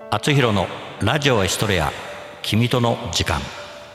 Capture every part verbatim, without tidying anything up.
厚弘のラジオエストレア、君との時間。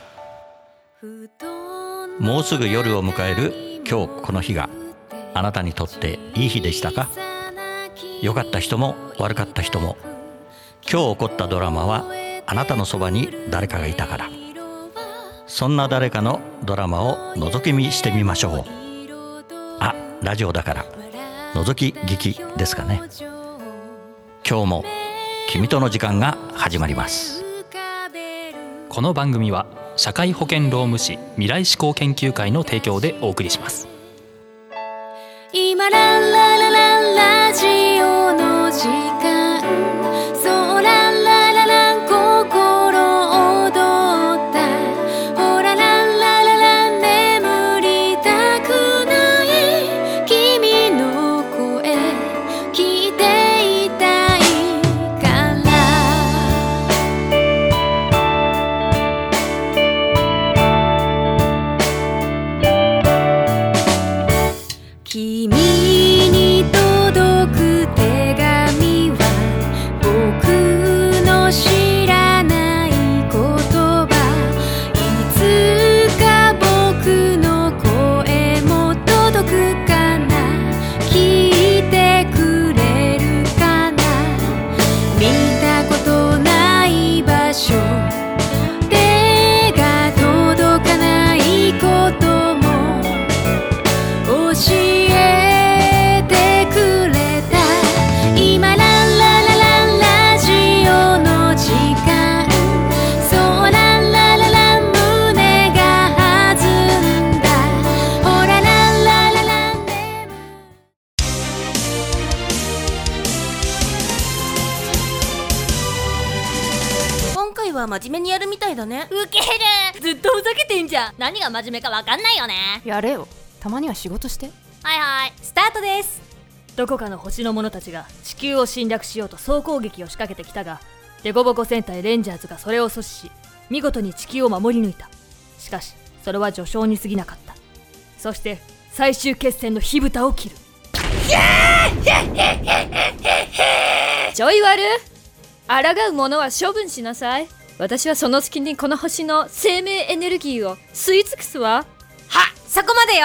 もうすぐ夜を迎える今日この日があなたにとっていい日でしたか？良かった人も悪かった人も、今日起こったドラマはあなたのそばに誰かがいたから。そんな誰かのドラマを覗き見してみましょう。あ、ラジオだから覗き聞きですかね。今日も君との時間が始まります。 この番組は社会保険労務士未来志向研究会の提供でお送りします。 今ランララランラジオの時間、そうランラララン心躍った、ほらランラララン眠りたくない君の声聞いていたいから君に届く手紙は僕の知らない言葉、いつか僕の声も届くかな、聞いてくれるかな、見たことない場所、手が届かないことも教えてくれた。今ランララランラジオの時間、そうランラララン胸が弾んだ、ほらランララランで今回は真面目にやるみたいだね。 ウケる。ずっとふざけてんじゃん。何が真面目かわかんないよね。 やれよ、たまには仕事して。 はいはい、スタートです。どこかの星の者たちが地球を侵略しようと総攻撃を仕掛けてきたが、デコボコ戦隊レンジャーズがそれを阻止し、見事に地球を守り抜いた。しかしそれは序章に過ぎなかった。そして最終決戦の火蓋を切る。ちょい悪、抗う者は処分しなさい。私はその隙にこの星の生命エネルギーを吸い尽くすわ。 は、そこまでよ。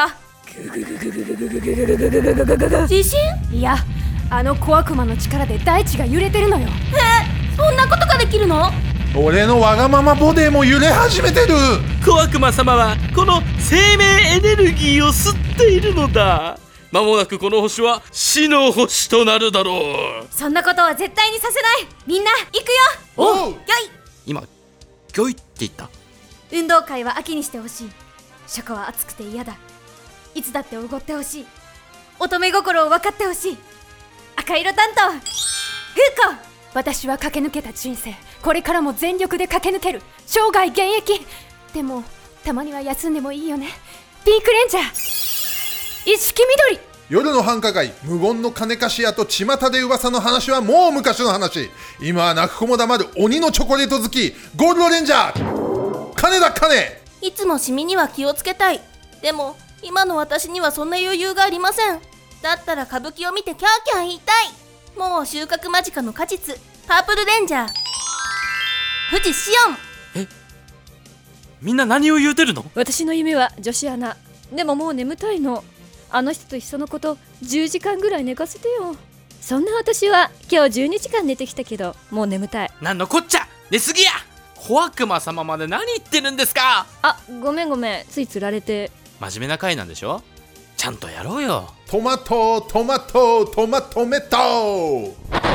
自信？ いや、あの小悪魔の力で大地が揺れてるのよ。 え、そんなことができるの？ 俺のわがままボディも揺れ始めてる。 小悪魔様はこの生命エネルギーを吸っているのだ。間もなくこの星は死の星となるだろう。 そんなことは絶対にさせない。みんな行くよ。 おう。 よい。 今ギョイって言った。 運動会は秋にしてほしい。初夏は暑くて嫌だ。いつだっておごってほしい。乙女心を分かってほしい。赤色担当フーコ。 私は駆け抜けた人生、これからも全力で駆け抜ける。生涯現役。でもたまには休んでもいいよね。ピンクレンジャー一色緑。 夜の繁華街、無言の金貸し屋と巷で噂の話はもう昔の話。今は泣く子も黙る鬼のチョコレート好き、ゴールドレンジャー金田金。 いつもシミには気をつけたい。でも今の私にはそんな余裕がありません。だったら歌舞伎を見てキャーキャー言いたい。もう収穫間近の果実、パープルレンジャー富士シオン。 え、みんな何を言うてるの？ 私の夢は女子アナ。でももう眠たいの。あの人と一緒のことじゅうじかんぐらい寝かせてよ。そんな私は今日じゅうにじかん寝てきたけど、もう眠たい。 なんのこっちゃ、寝すぎや。小悪魔様まで何言ってるんですか？ あ、ごめんごめん、ついつられて。 真面目な回なんでしょ？ちゃんとやろうよ。 トマトトマトトマトメト。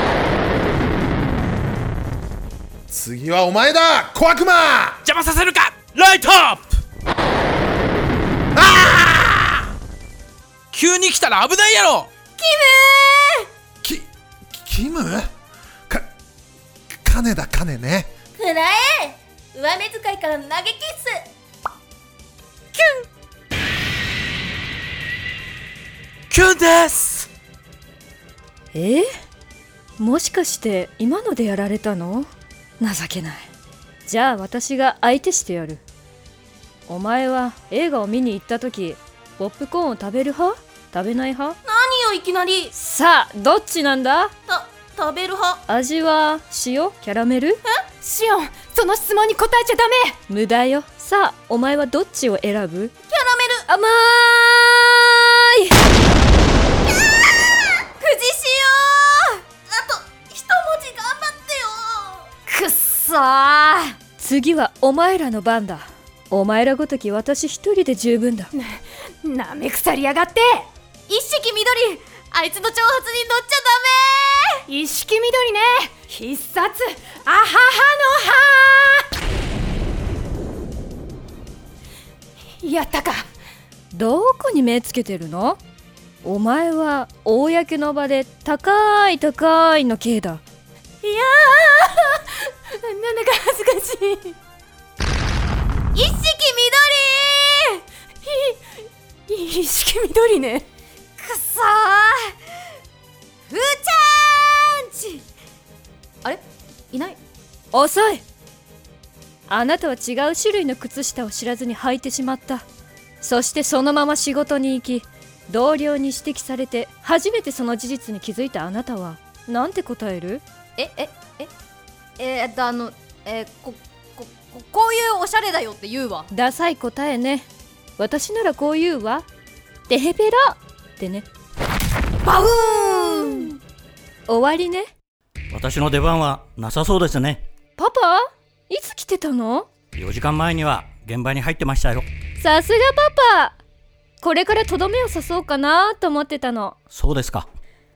次はお前だ、小悪魔。 邪魔させるか。ライトアップ。あー、急に来たら危ないやろ。 キムキキムか金田金ね。 くらえ。上目遣いから投げキッス。キュンキュンです。 え？もしかして今のでやられたの？情けない。じゃあ私が相手してやる。お前は映画を見に行った時、ポップコーンを食べる派？食べない派？ 何よいきなり。 さあどっちなんだ？ た食べる派。 味は塩？キャラメル？ シオン、その質問に答えちゃダメ。 無駄よ。さあ、お前はどっちを選ぶ？ キャラメル。 甘ーい。 藤塩。あと一文字頑張ってよ。 くっそー。 次はお前らの番だ。お前らごとき私一人で十分だ。 なめくさりやがって。 一色緑、あいつの挑発に乗っちゃダメ。 一色緑ね、必殺アハハの葉。やったか。 どこに目つけてるの？お前は公の場で高い高いの刑だ。 いやー、なんだか恥ずかしい。 一色緑。い一色緑ね。 くそー。ふーちゃーんち。 あれ、いない。 遅い。あなたは違う種類の靴下を知らずに履いてしまった。そしてそのまま仕事に行き、同僚に指摘されて初めてその事実に気づいたあなたはなんて答える？ ええええー、っとあのえー、こここういうおしゃれだよって言うわ。 ダサい答えね。私ならこう言うわ。テヘペラってね。 バウーン。 終わりね。 私の出番はなさそうですね。 パパ、いつ来てたの？ よじかんまえには現場に入ってましたよ。 さすがパパ。これからとどめを刺そうかなと思ってたの。 そうですか。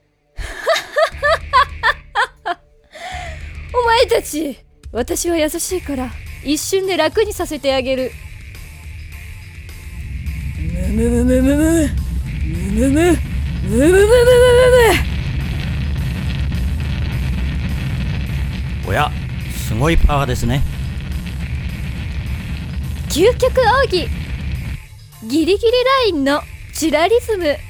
お前たち、私は優しいから一瞬で楽にさせてあげる。むむむむむむむむむむむむむむむ。 おや、すごいパワーですね。 究極奥義、ギリギリラインのチュラリズム。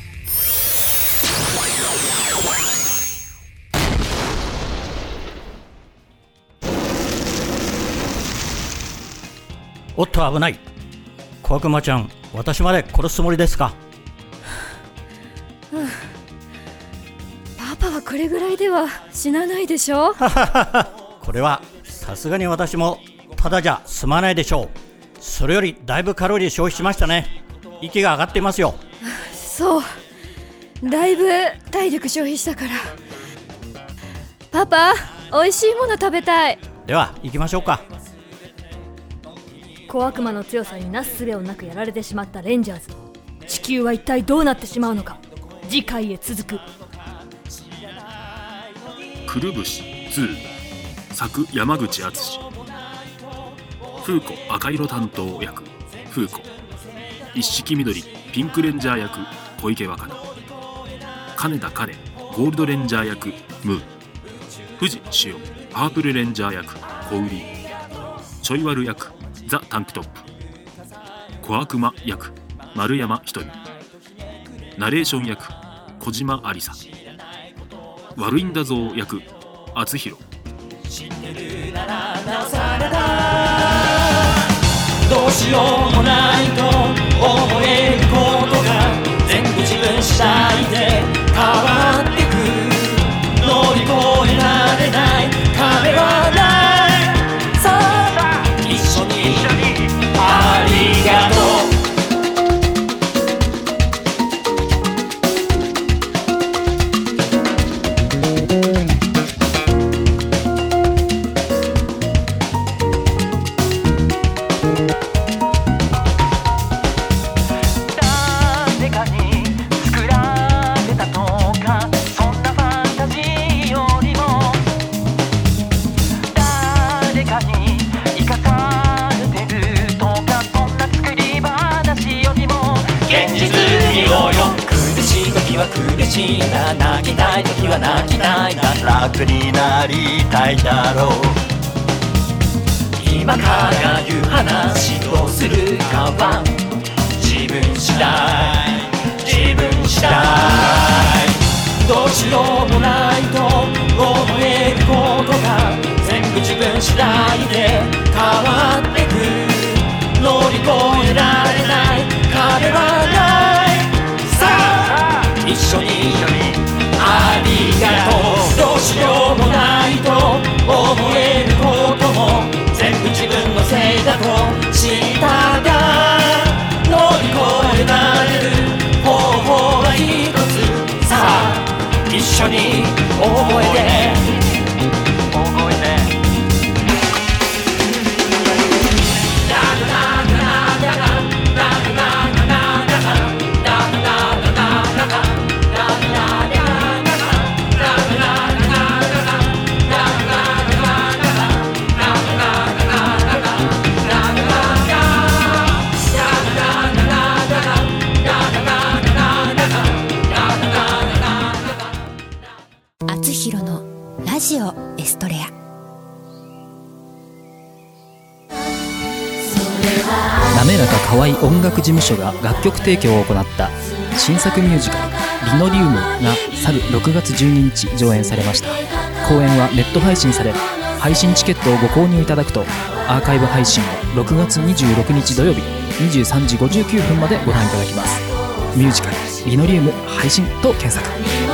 おっと危ない。小悪魔ちゃん、私まで殺すつもりですか？ パパはこれぐらいでは死なないでしょ。 これはさすがに私もただじゃ済まないでしょう。それよりだいぶカロリー消費しましたね。息が上がっていますよ。 そう、だいぶ体力消費したから。パパ、美味しいもの食べたい。 では行きましょうか。 小悪魔の強さになすすべをなくやられてしまったレンジャーズ。地球は一体どうなってしまうのか。次回へ続く。 くるぶしに作山口敦、風子赤色担当役風子、一色緑ピンクレンジャー役小池若菜、金田カネゴールドレンジャー役ムー、藤潮パープルレンジャー役小売、ちょい悪役ザ・タンクトップ、小悪魔役丸山ひとみ、ナレーション役小島ありさ、悪いんだぞー役厚弘。知ってるならなおさらだ。どうしようもないと思えることが全部自分次第で変わってく。乗り越えられない壁はない。さあ一緒にありがとう。苦しいな、泣きたい時は泣きたいな、楽になりたいだろう。今から言う話どうするかは自分次第、自分次第。どうしようもないと思えることが全部自分次第で変わってく。乗り越えられない壁はない。さあ一緒にありがとう。どうしよう緒に大声で大声であつひろのラジオエストレア。 滑らか可愛い音楽事務所が楽曲提供を行った新作ミュージカルリノリウムが去るろくがつじゅうににち上演されました。公演はネット配信され、配信チケットをご購入いただくとアーカイブ配信をろくがつにじゅうろくにち土曜日にじゅうさんじごじゅうきゅうふんまでご覧いただきます。ミュージカルリノリウム配信と検索。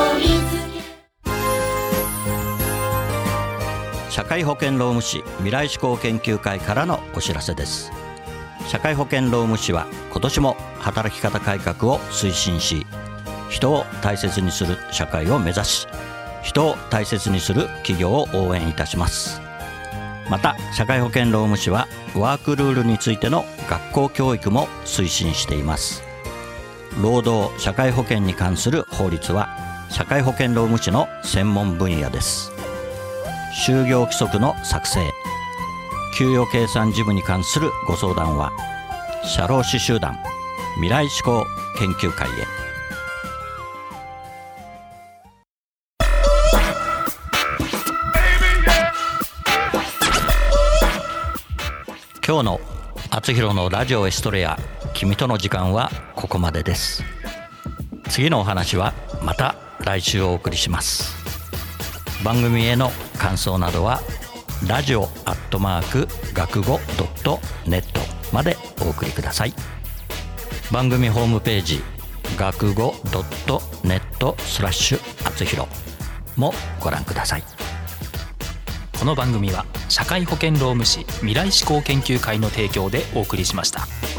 社会保険労務士未来志向研究会からのお知らせです。社会保険労務士は今年も働き方改革を推進し、人を大切にする社会を目指し、人を大切にする企業を応援いたします。また社会保険労務士はワークルールについての学校教育も推進しています。労働社会保険に関する法律は社会保険労務士の専門分野です。就業規則の作成、給与計算事務に関するご相談は社労士集団未来志向研究会へ。今日のあつひろのラジオエストレア、君との時間はここまでです。次のお話はまた来週お送りします。番組への感想などはラジオアットマーク学語ドットネットまでお送りください。番組ホームページ学語ドットネットスラッシュあつひろもご覧ください。 この番組は社会保険労務士未来志向研究会の提供でお送りしました。